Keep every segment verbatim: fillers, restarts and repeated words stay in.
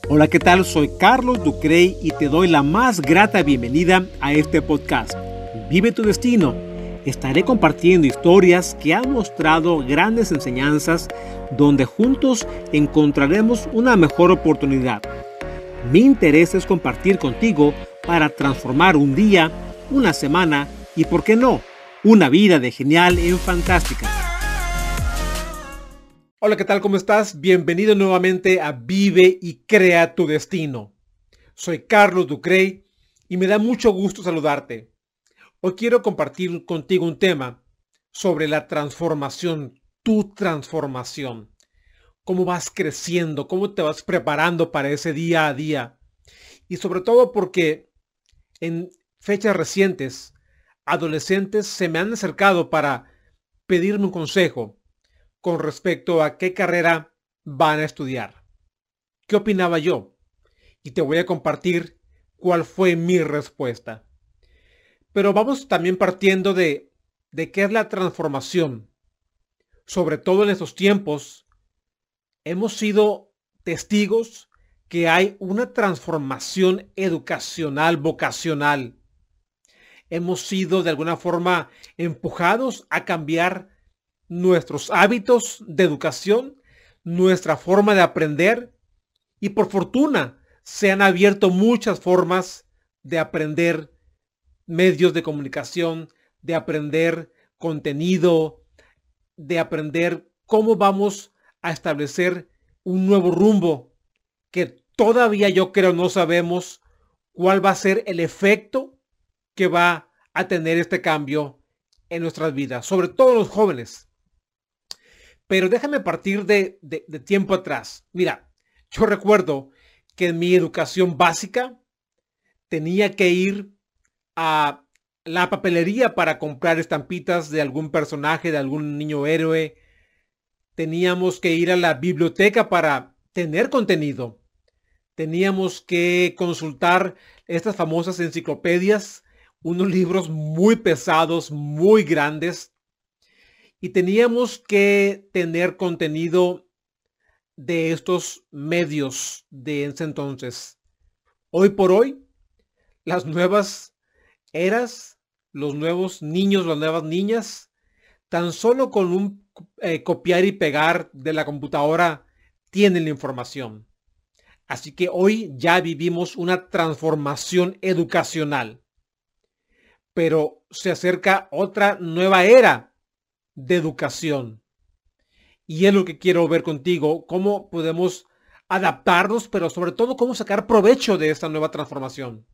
Hola, ¿qué tal? Soy Carlos Ducrey y te doy la más grata bienvenida a este podcast. Vive tu destino. Estaré compartiendo historias que han mostrado grandes enseñanzas donde juntos encontraremos una mejor oportunidad. Mi interés es compartir contigo para transformar un día, una semana y, ¿por qué no?, una vida de genial en fantástica. Hola, ¿qué tal? ¿Cómo estás? Bienvenido nuevamente a Vive y Crea tu Destino. Soy Carlos Ducrey y me da mucho gusto saludarte. Hoy quiero compartir contigo un tema sobre la transformación, tu transformación. Cómo vas creciendo, cómo te vas preparando para ese día a día. Y sobre todo porque en fechas recientes, adolescentes se me han acercado para pedirme un consejo con respecto a qué carrera van a estudiar. ¿Qué opinaba yo? Y te voy a compartir cuál fue mi respuesta. Pero vamos también partiendo de, de qué es la transformación. Sobre todo en estos tiempos, hemos sido testigos que hay una transformación educacional, vocacional. Hemos sido de alguna forma empujados a cambiar nuestros hábitos de educación, nuestra forma de aprender, y por fortuna se han abierto muchas formas de aprender, medios de comunicación, de aprender contenido, de aprender cómo vamos a establecer un nuevo rumbo que todavía yo creo no sabemos cuál va a ser el efecto que va a tener este cambio en nuestras vidas, sobre todo los jóvenes. Pero déjame partir de, de, de tiempo atrás. Mira, yo recuerdo que en mi educación básica tenía que ir a la papelería para comprar estampitas de algún personaje, de algún niño héroe. Teníamos que ir a la biblioteca para tener contenido. Teníamos que consultar estas famosas enciclopedias, unos libros muy pesados, muy grandes. Y teníamos que tener contenido de estos medios de ese entonces. Hoy por hoy, las nuevas eras, los nuevos niños, las nuevas niñas, tan solo con un eh, copiar y pegar de la computadora tienen la información. Así que hoy ya vivimos una transformación educacional. Pero se acerca otra nueva era de educación. Y es lo que quiero ver contigo, cómo podemos adaptarnos, pero sobre todo cómo sacar provecho de esta nueva transformación.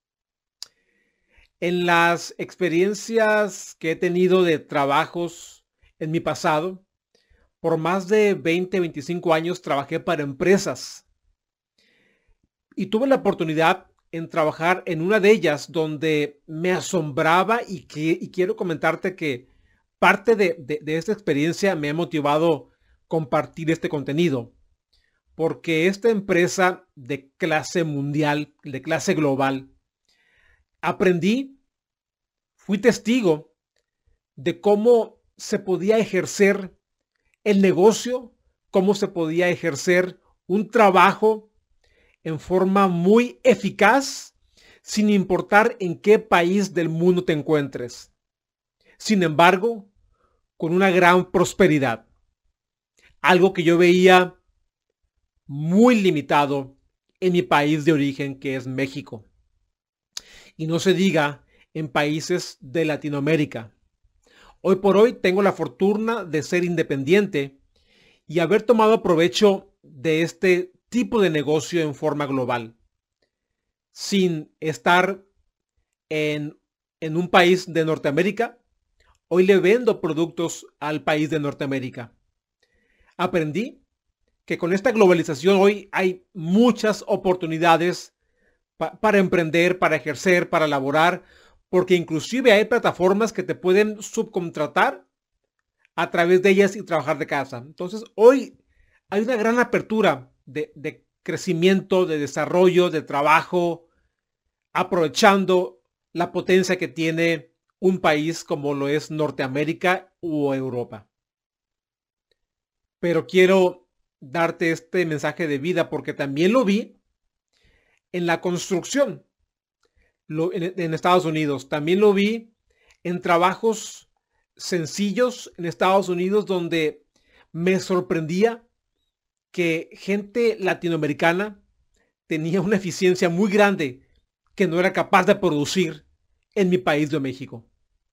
En las experiencias que he tenido de trabajos en mi pasado, por más de veinte, veinticinco años trabajé para empresas. Y tuve la oportunidad en trabajar en una de ellas donde me asombraba y, que, y quiero comentarte que parte de, de, de esta experiencia me ha motivado compartir este contenido, porque esta empresa de clase mundial, de clase global, aprendí, fui testigo de cómo se podía ejercer el negocio, cómo se podía ejercer un trabajo en forma muy eficaz, sin importar en qué país del mundo te encuentres. Sin embargo, con una gran prosperidad. Algo que yo veía muy limitado en mi país de origen, que es México. Y no se diga en países de Latinoamérica. Hoy por hoy tengo la fortuna de ser independiente y haber tomado provecho de este tipo de negocio en forma global. Sin estar en, en un país de Norteamérica, hoy le vendo productos al país de Norteamérica. Aprendí que con esta globalización hoy hay muchas oportunidades pa para emprender, para ejercer, para laborar, porque inclusive hay plataformas que te pueden subcontratar a través de ellas y trabajar de casa. Entonces hoy hay una gran apertura de, de crecimiento, de desarrollo, de trabajo, aprovechando la potencia que tiene un país como lo es Norteamérica o Europa. Pero quiero darte este mensaje de vida porque también lo vi en la construcción lo, en, en Estados Unidos. También lo vi en trabajos sencillos en Estados Unidos donde me sorprendía que gente latinoamericana tenía una eficiencia muy grande que no era capaz de producir en mi país de México.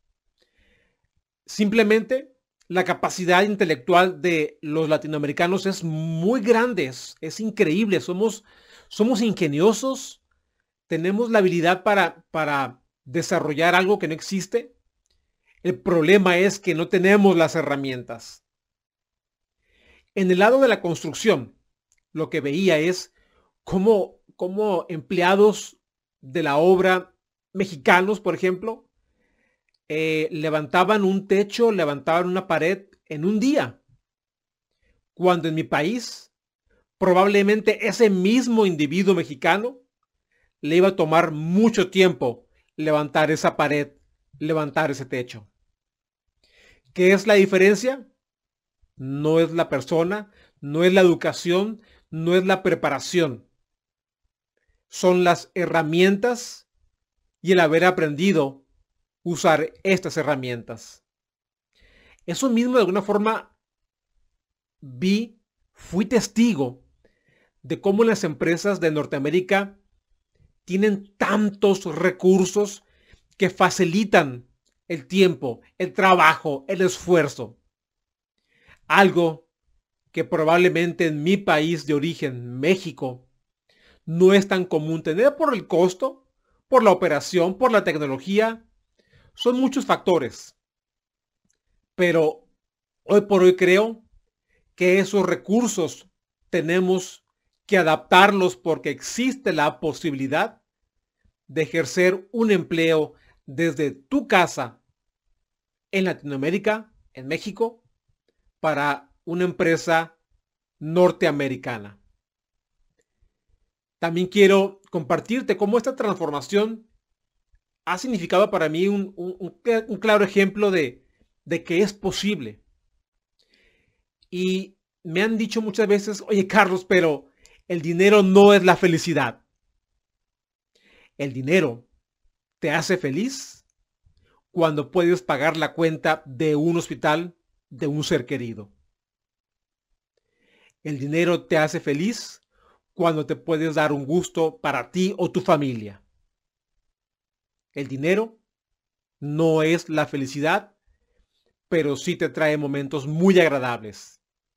Simplemente la capacidad intelectual de los latinoamericanos es muy grande, es, es increíble, somos, somos ingeniosos, tenemos la habilidad para, para desarrollar algo que no existe. El problema es que no tenemos las herramientas. En el lado de la construcción, lo que veía es cómo, cómo empleados de la obra mexicanos, por ejemplo, eh, levantaban un techo, levantaban una pared en un día. Cuando en mi país, probablemente ese mismo individuo mexicano le iba a tomar mucho tiempo levantar esa pared, levantar ese techo. ¿Qué es la diferencia? No es la persona, no es la educación, no es la preparación. Son las herramientas y el haber aprendido a usar estas herramientas. Eso mismo de alguna forma vi, fui testigo de cómo las empresas de Norteamérica tienen tantos recursos que facilitan el tiempo, el trabajo, el esfuerzo. Algo que probablemente en mi país de origen, México, no es tan común tener por el costo, por la operación, por la tecnología. Son muchos factores. Pero hoy por hoy creo que esos recursos tenemos que adaptarlos porque existe la posibilidad de ejercer un empleo desde tu casa en Latinoamérica, en México, para una empresa norteamericana. También quiero compartirte cómo esta transformación ha significado para mí un, un, un claro ejemplo de, de que es posible. Y me han dicho muchas veces, oye Carlos, pero el dinero no es la felicidad. El dinero te hace feliz cuando puedes pagar la cuenta de un hospital de un ser querido. El dinero te hace feliz cuando te puedes dar un gusto para ti o tu familia. El dinero no es la felicidad, pero sí te trae momentos muy agradables.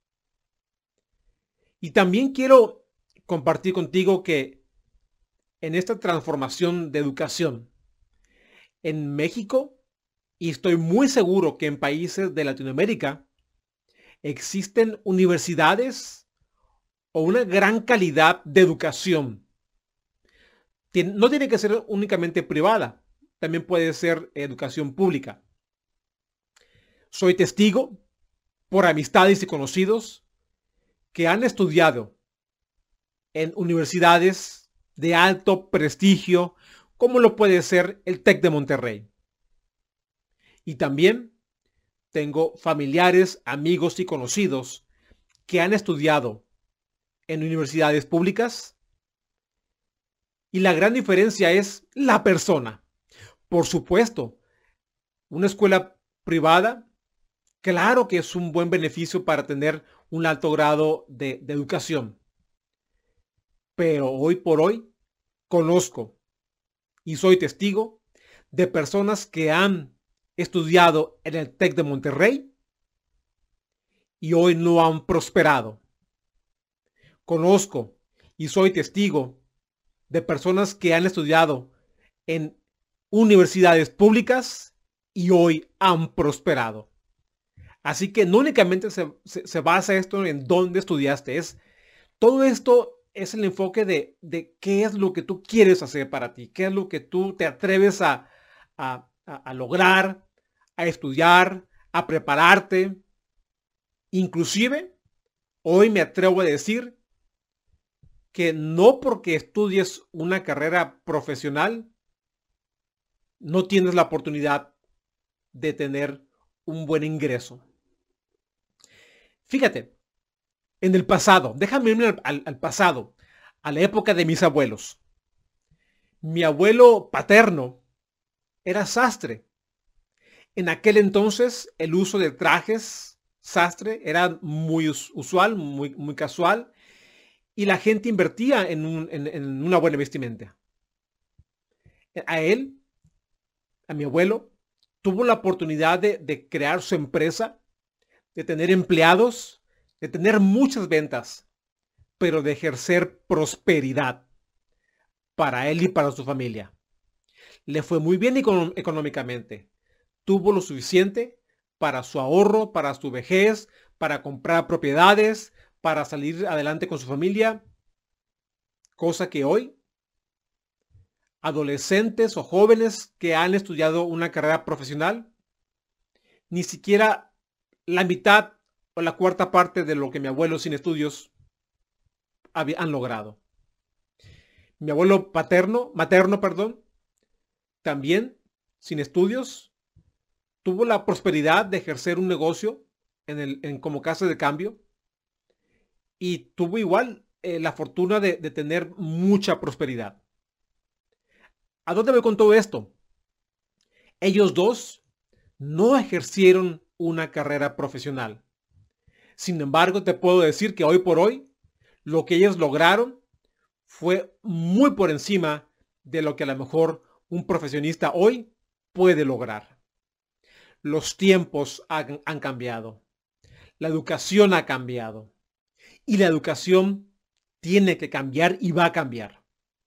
Y también quiero compartir contigo que en esta transformación de educación en México, y estoy muy seguro que en países de Latinoamérica, existen universidades o una gran calidad de educación. No tiene que ser únicamente privada, también puede ser educación pública. Soy testigo, por amistades y conocidos, que han estudiado en universidades de alto prestigio, como lo puede ser el TEC de Monterrey. Y también tengo familiares, amigos y conocidos que han estudiado en universidades públicas. Y la gran diferencia es la persona. Por supuesto, una escuela privada, claro que es un buen beneficio para tener un alto grado de, de educación. Pero hoy por hoy conozco y soy testigo de personas que han estudiado en el TEC de Monterrey y hoy no han prosperado. Conozco y soy testigo de personas que han estudiado en universidades públicas y hoy han prosperado. Así que no únicamente se, se, se basa esto en dónde estudiaste, es todo esto es el enfoque de, de qué es lo que tú quieres hacer para ti, qué es lo que tú te atreves a, a, a, a lograr, a estudiar, a prepararte. Inclusive, hoy me atrevo a decir que no porque estudies una carrera profesional, no tienes la oportunidad de tener un buen ingreso. Fíjate, en el pasado, déjame irme al, al, al pasado, a la época de mis abuelos. Mi abuelo paterno era sastre. En aquel entonces el uso de trajes sastre era muy usual, muy, muy casual, y la gente invertía en, un, en, en una buena vestimenta. A él, a mi abuelo, tuvo la oportunidad de, de crear su empresa, de tener empleados, de tener muchas ventas, pero de ejercer prosperidad para él y para su familia. Le fue muy bien económicamente. Tuvo lo suficiente para su ahorro, para su vejez, para comprar propiedades, para salir adelante con su familia. Cosa que hoy, adolescentes o jóvenes que han estudiado una carrera profesional, ni siquiera la mitad o la cuarta parte de lo que mi abuelo sin estudios había, han logrado. Mi abuelo paterno, materno, perdón, también sin estudios, tuvo la prosperidad de ejercer un negocio en el, en, como casa de cambio y tuvo igual eh, la fortuna de, de tener mucha prosperidad. ¿A dónde voy con todo esto? Ellos dos no ejercieron una carrera profesional. Sin embargo, te puedo decir que hoy por hoy, lo que ellos lograron fue muy por encima de lo que a lo mejor un profesionista hoy puede lograr. Los tiempos han, han cambiado. La educación ha cambiado. Y la educación tiene que cambiar y va a cambiar.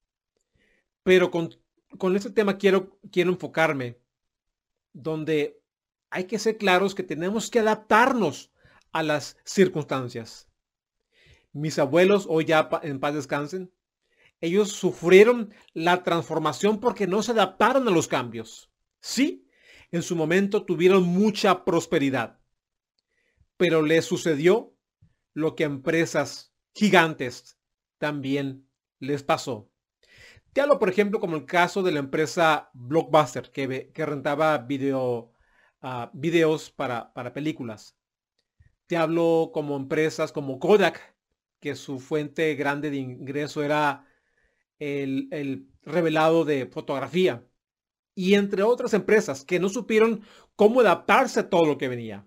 Pero con, con este tema quiero, quiero enfocarme donde hay que ser claros que tenemos que adaptarnos a las circunstancias. Mis abuelos, hoy ya en paz descansen, ellos sufrieron la transformación porque no se adaptaron a los cambios. Sí, en su momento tuvieron mucha prosperidad, pero les sucedió lo que a empresas gigantes también les pasó. Te hablo, por ejemplo, como el caso de la empresa Blockbuster, que, que rentaba video, uh, videos para, para películas. Te hablo como empresas como Kodak, que su fuente grande de ingreso era el, el revelado de fotografía. Y entre otras empresas que no supieron cómo adaptarse a todo lo que venía.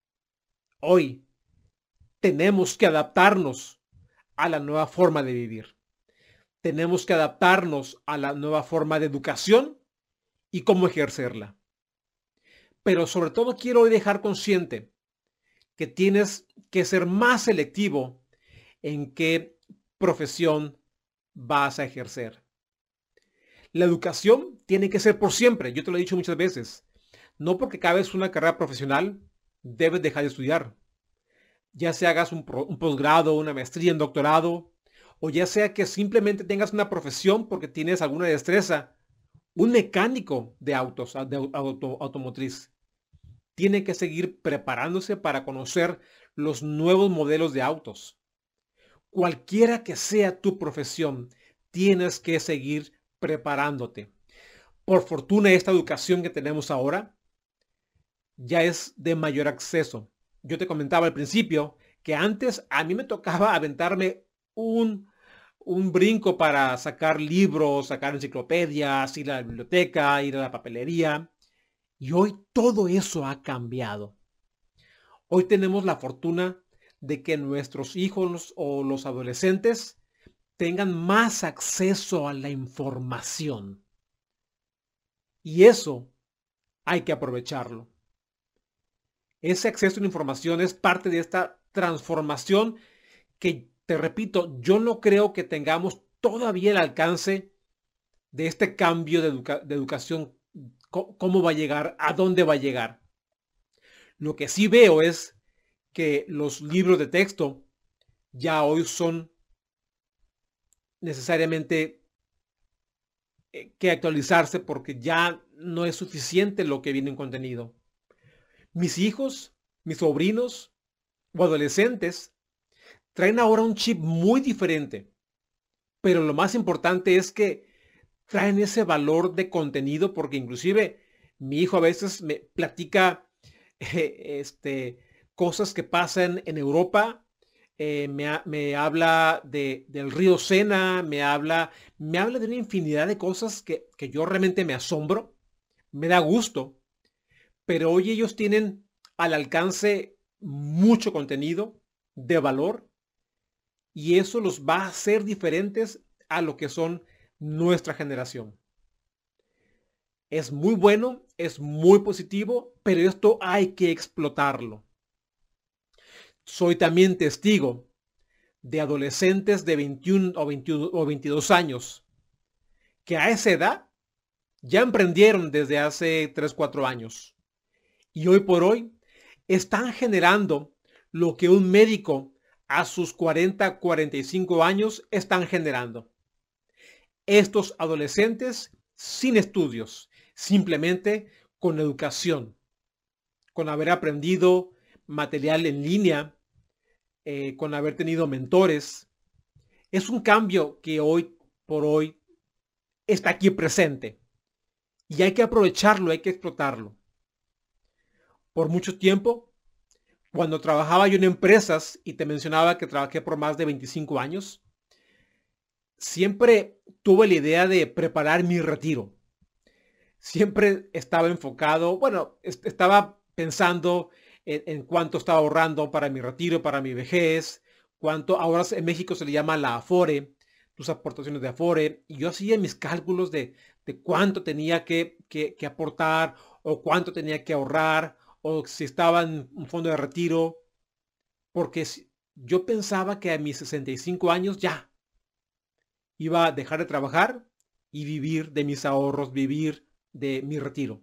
Hoy tenemos que adaptarnos a la nueva forma de vivir. Tenemos que adaptarnos a la nueva forma de educación y cómo ejercerla. Pero sobre todo quiero hoy dejar consciente que tienes que ser más selectivo en qué profesión vas a ejercer. La educación tiene que ser por siempre. Yo te lo he dicho muchas veces. No porque acabes una carrera profesional, debes dejar de estudiar. Ya sea hagas un, un posgrado, una maestría, un doctorado, o ya sea que simplemente tengas una profesión porque tienes alguna destreza. Un mecánico de autos, de auto, automotriz, tiene que seguir preparándose para conocer los nuevos modelos de autos. Cualquiera que sea tu profesión, tienes que seguir preparándote. Por fortuna, esta educación que tenemos ahora ya es de mayor acceso. Yo te comentaba al principio que antes a mí me tocaba aventarme un, un brinco para sacar libros, sacar enciclopedias, ir a la biblioteca, ir a la papelería. Y hoy todo eso ha cambiado. Hoy tenemos la fortuna de que nuestros hijos o los adolescentes tengan más acceso a la información. Y eso hay que aprovecharlo. Ese acceso a la información es parte de esta transformación que, te repito, yo no creo que tengamos todavía el alcance de este cambio de, educa de educación. ¿Cómo va a llegar? ¿A dónde va a llegar? Lo que sí veo es que los libros de texto ya hoy son necesariamente que actualizarse porque ya no es suficiente lo que viene en contenido. Mis hijos, mis sobrinos o adolescentes traen ahora un chip muy diferente, pero lo más importante es que traen ese valor de contenido porque inclusive mi hijo a veces me platica eh, este, cosas que pasan en Europa, eh, me, ha- me habla de, del río Sena, me habla, me habla de una infinidad de cosas que, que yo realmente me asombro, me da gusto, pero hoy ellos tienen al alcance mucho contenido de valor y eso los va a hacer diferentes a lo que son nuestra generación. Es muy bueno, es muy positivo, pero esto hay que explotarlo. Soy también testigo de adolescentes de veintiuno o veintidós, o veintidós años que a esa edad ya emprendieron desde hace tres cuatro años y hoy por hoy están generando lo que un médico a sus cuarenta cuarenta y cinco años están generando. Estos adolescentes sin estudios, simplemente con educación, con haber aprendido material en línea, eh, con haber tenido mentores. Es un cambio que hoy por hoy está aquí presente y hay que aprovecharlo, hay que explotarlo. Por mucho tiempo, cuando trabajaba yo en empresas y te mencionaba que trabajé por más de veinticinco años, siempre tuve la idea de preparar mi retiro. Siempre estaba enfocado, bueno, est estaba pensando en, en cuánto estaba ahorrando para mi retiro, para mi vejez, cuánto, ahora en México se le llama la Afore, tus aportaciones de Afore, y yo hacía mis cálculos de, de cuánto tenía que, que, que aportar o cuánto tenía que ahorrar o si estaba en un fondo de retiro, porque si- yo pensaba que a mis sesenta y cinco años ya iba a dejar de trabajar y vivir de mis ahorros, vivir de mi retiro.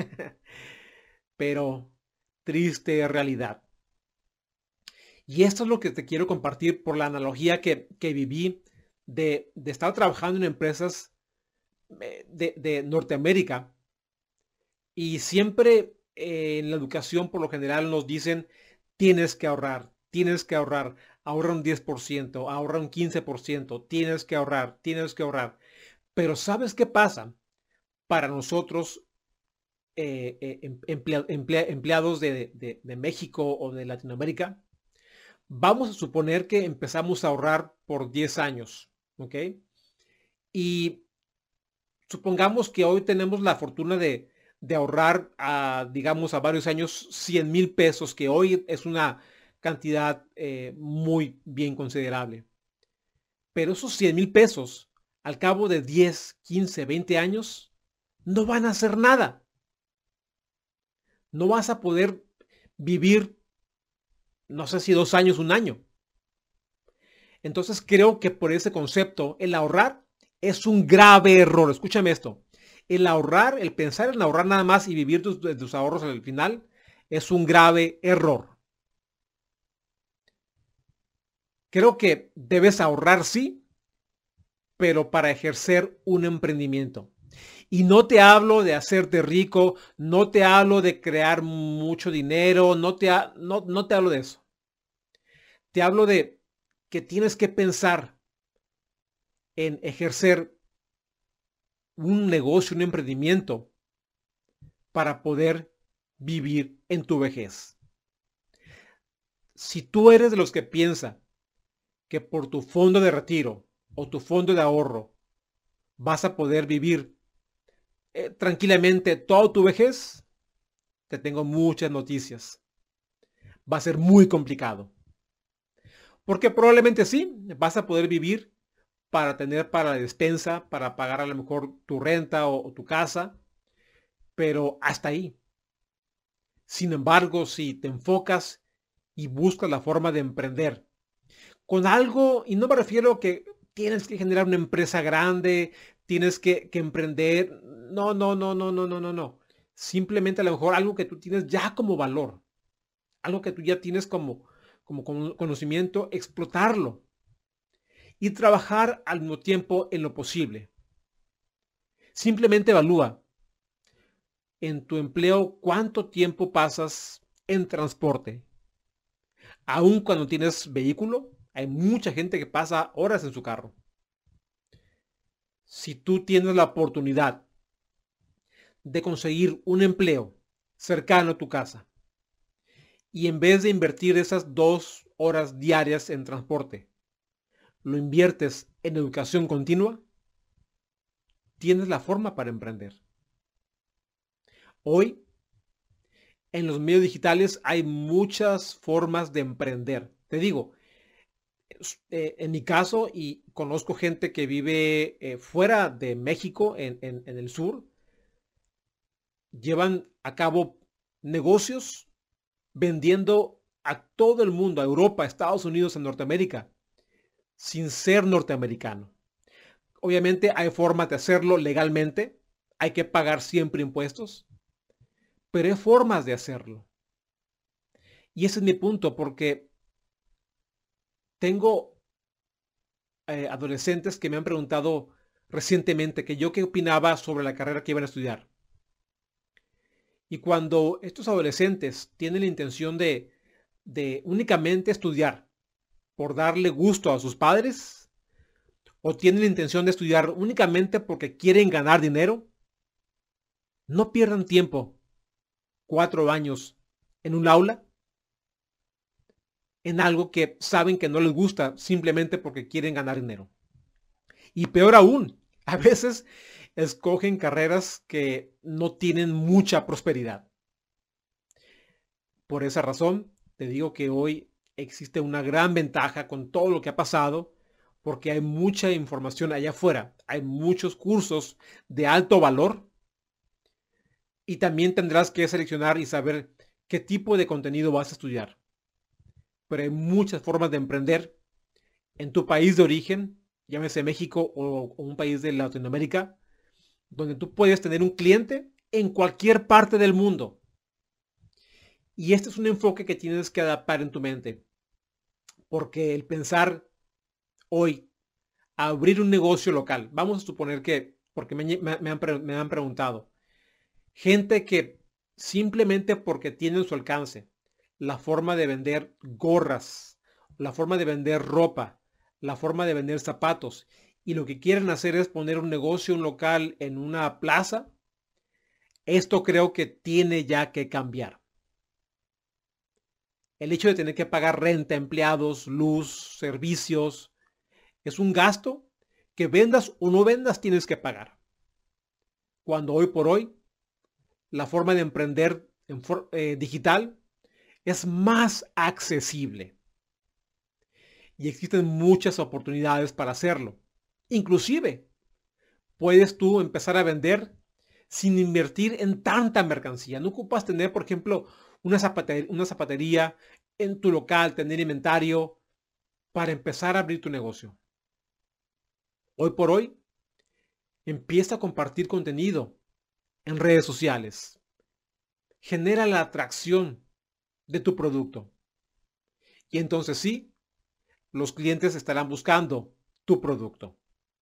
Pero triste realidad. Y esto es lo que te quiero compartir por la analogía que, que viví de, de estar trabajando en empresas eh, de, de Norteamérica y siempre eh, en la educación por lo general nos dicen tienes que ahorrar, tienes que ahorrar, ahorra un diez por ciento, ahorra un quince por ciento, tienes que ahorrar, tienes que ahorrar. Pero ¿sabes qué pasa? Para nosotros eh, eh, em- emplea- emplea- empleados de, de- de México o de Latinoamérica, vamos a suponer que empezamos a ahorrar por diez años, ¿ok? Y supongamos que hoy tenemos la fortuna de, de ahorrar, a, digamos, a varios años cien mil pesos, que hoy es una cantidad eh, muy bien considerable. Pero esos cien mil pesos, al cabo de diez, quince, veinte años, no van a hacer nada. No vas a poder vivir, no sé si dos años, un año. Entonces creo que por ese concepto, el ahorrar es un grave error. Escúchame esto. El ahorrar, el pensar en ahorrar nada más y vivir tus, de tus ahorros al final es un grave error. Creo que debes ahorrar, sí, pero para ejercer un emprendimiento. Y no te hablo de hacerte rico, no te hablo de crear mucho dinero, no te, ha- no, no te hablo de eso. Te hablo de que tienes que pensar en ejercer un negocio, un emprendimiento para poder vivir en tu vejez. Si tú eres de los que piensa que por tu fondo de retiro o tu fondo de ahorro vas a poder vivir eh, tranquilamente toda tu vejez, te tengo muchas noticias. Va a ser muy complicado. Porque probablemente sí, vas a poder vivir para tener para la despensa, para pagar a lo mejor tu renta o, o tu casa, pero hasta ahí. Sin embargo, si te enfocas y buscas la forma de emprender con algo, y no me refiero a que tienes que generar una empresa grande, tienes que, que emprender, no, no, no, no, no, no, no, no. Simplemente a lo mejor algo que tú tienes ya como valor, algo que tú ya tienes como, como conocimiento, explotarlo y trabajar al mismo tiempo en lo posible. Simplemente evalúa en tu empleo cuánto tiempo pasas en transporte. Aun cuando tienes vehículo, hay mucha gente que pasa horas en su carro. Si tú tienes la oportunidad de conseguir un empleo cercano a tu casa y en vez de invertir esas dos horas diarias en transporte, lo inviertes en educación continua, tienes la forma para emprender. Hoy, en los medios digitales hay muchas formas de emprender. Te digo, eh, en mi caso, y conozco gente que vive eh, fuera de México, en, en, en el sur, llevan a cabo negocios vendiendo a todo el mundo, a Europa, a Estados Unidos, a Norteamérica, sin ser norteamericano. Obviamente hay formas de hacerlo legalmente, hay que pagar siempre impuestos, pero hay formas de hacerlo. Y ese es mi punto, porque tengo eh, adolescentes que me han preguntado recientemente que yo qué opinaba sobre la carrera que iban a estudiar. Y cuando estos adolescentes tienen la intención de, de únicamente estudiar por darle gusto a sus padres, o tienen la intención de estudiar únicamente porque quieren ganar dinero, no pierdan tiempo cuatro años en un aula en algo que saben que no les gusta simplemente porque quieren ganar dinero. Y peor aún, a veces escogen carreras que no tienen mucha prosperidad. Por esa razón, te digo que hoy existe una gran ventaja con todo lo que ha pasado, porque hay mucha información allá afuera. Hay muchos cursos de alto valor y también tendrás que seleccionar y saber qué tipo de contenido vas a estudiar. Pero hay muchas formas de emprender en tu país de origen, llámese México o, o un país de Latinoamérica, donde tú puedes tener un cliente en cualquier parte del mundo. Y este es un enfoque que tienes que adaptar en tu mente, porque el pensar hoy a abrir un negocio local, vamos a suponer que, porque me, me, me, han, me han preguntado, gente que simplemente porque tienen su alcance la forma de vender gorras, la forma de vender ropa, la forma de vender zapatos, y lo que quieren hacer es poner un negocio, un local en una plaza, esto creo que tiene ya que cambiar. El hecho de tener que pagar renta, empleados, luz, servicios, es un gasto que vendas o no vendas tienes que pagar. Cuando hoy por hoy la forma de emprender en eh, digital es más accesible y existen muchas oportunidades para hacerlo. Inclusive puedes tú empezar a vender sin invertir en tanta mercancía. No ocupas tener, por ejemplo, una zapatería, una zapatería en tu local, tener inventario para empezar a abrir tu negocio. Hoy por hoy, empieza a compartir contenido en redes sociales. Genera la atracción de tu producto. Y entonces sí, los clientes estarán buscando tu producto.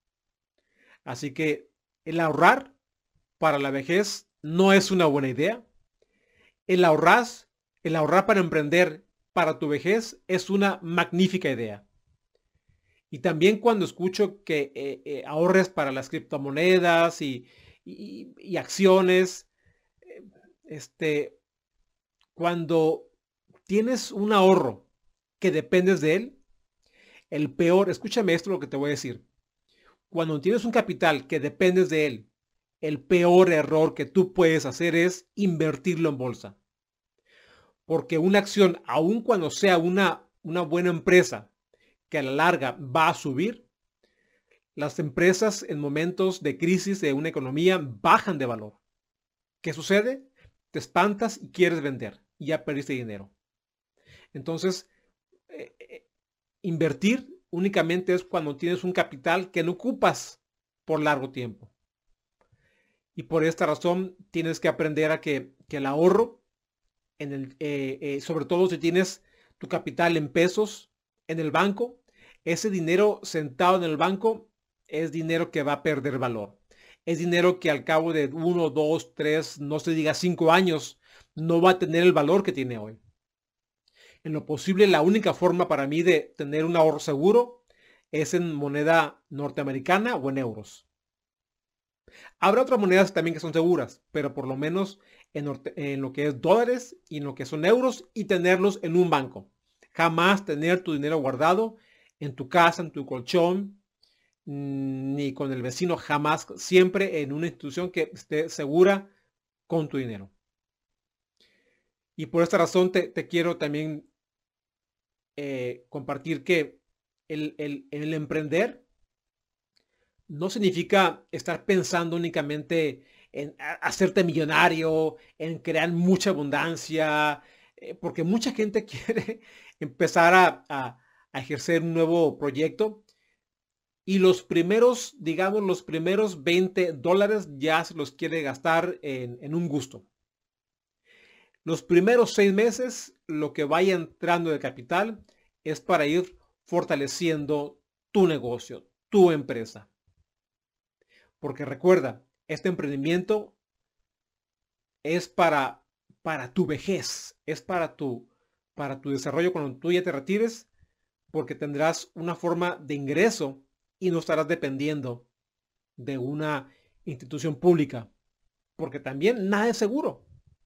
Así que el ahorrar para la vejez no es una buena idea. El ahorrar, el ahorrar para emprender para tu vejez es una magnífica idea. Y también cuando escucho que eh, eh, ahorres para las criptomonedas y, y, y acciones, eh, este, cuando tienes un ahorro que dependes de él, el peor, escúchame esto lo que te voy a decir. Cuando tienes un capital que dependes de él, el peor error que tú puedes hacer es invertirlo en bolsa. Porque una acción, aun cuando sea una, una buena empresa, que a la larga va a subir, las empresas en momentos de crisis de una economía bajan de valor. ¿Qué sucede? Te espantas y quieres vender y ya perdiste dinero. Entonces, eh, eh, invertir únicamente es cuando tienes un capital que no ocupas por largo tiempo. Y por esta razón tienes que aprender a que, que el ahorro, en el, eh, eh, sobre todo si tienes tu capital en pesos en el banco, ese dinero sentado en el banco es dinero que va a perder valor. Es dinero que al cabo de uno, dos, tres, no se diga cinco años, no va a tener el valor que tiene hoy. En lo posible, la única forma para mí de tener un ahorro seguro es en moneda norteamericana o en euros. Habrá otras monedas también que son seguras, pero por lo menos en, en lo que es dólares y en lo que son euros y tenerlos en un banco. Jamás tener tu dinero guardado en tu casa, en tu colchón, ni con el vecino, jamás. Siempre en una institución que esté segura con tu dinero. Y por esta razón te, te quiero también eh, compartir que el, el, el emprender no significa estar pensando únicamente en hacerte millonario, en crear mucha abundancia, eh, porque mucha gente quiere empezar a, a, a ejercer un nuevo proyecto y los primeros, digamos, los primeros veinte dólares ya se los quiere gastar en, en un gusto. Los primeros seis meses, lo que vaya entrando de capital es para ir fortaleciendo tu negocio, tu empresa. Porque recuerda, este emprendimiento es para, para tu vejez, es para tu, para tu desarrollo cuando tú ya te retires, porque tendrás una forma de ingreso y no estarás dependiendo de una institución pública, porque también nada es seguro.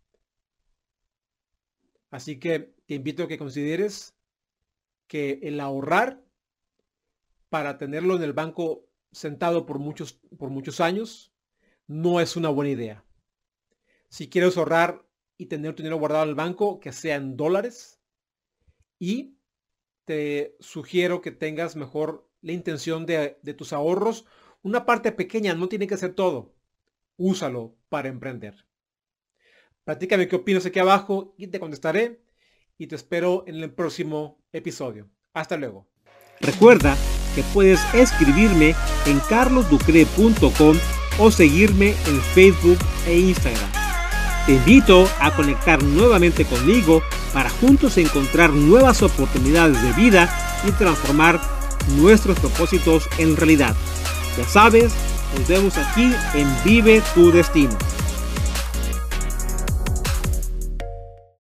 Así que te invito a que consideres que el ahorrar para tenerlo en el banco sentado por muchos, por muchos años no es una buena idea. Si quieres ahorrar y tener tu dinero guardado en el banco, que sea en dólares, y te sugiero que tengas mejor la intención de, de tus ahorros. Una parte pequeña, no tiene que ser todo. Úsalo para emprender. Platícame qué opinas aquí abajo y te contestaré. Y te espero en el próximo episodio. Hasta luego. Recuerda que puedes escribirme en carlos ducre punto com o seguirme en Facebook e Instagram. Te invito a conectar nuevamente conmigo para juntos encontrar nuevas oportunidades de vida y transformar nuestros propósitos en realidad. Ya sabes, nos vemos aquí en Vive tu Destino.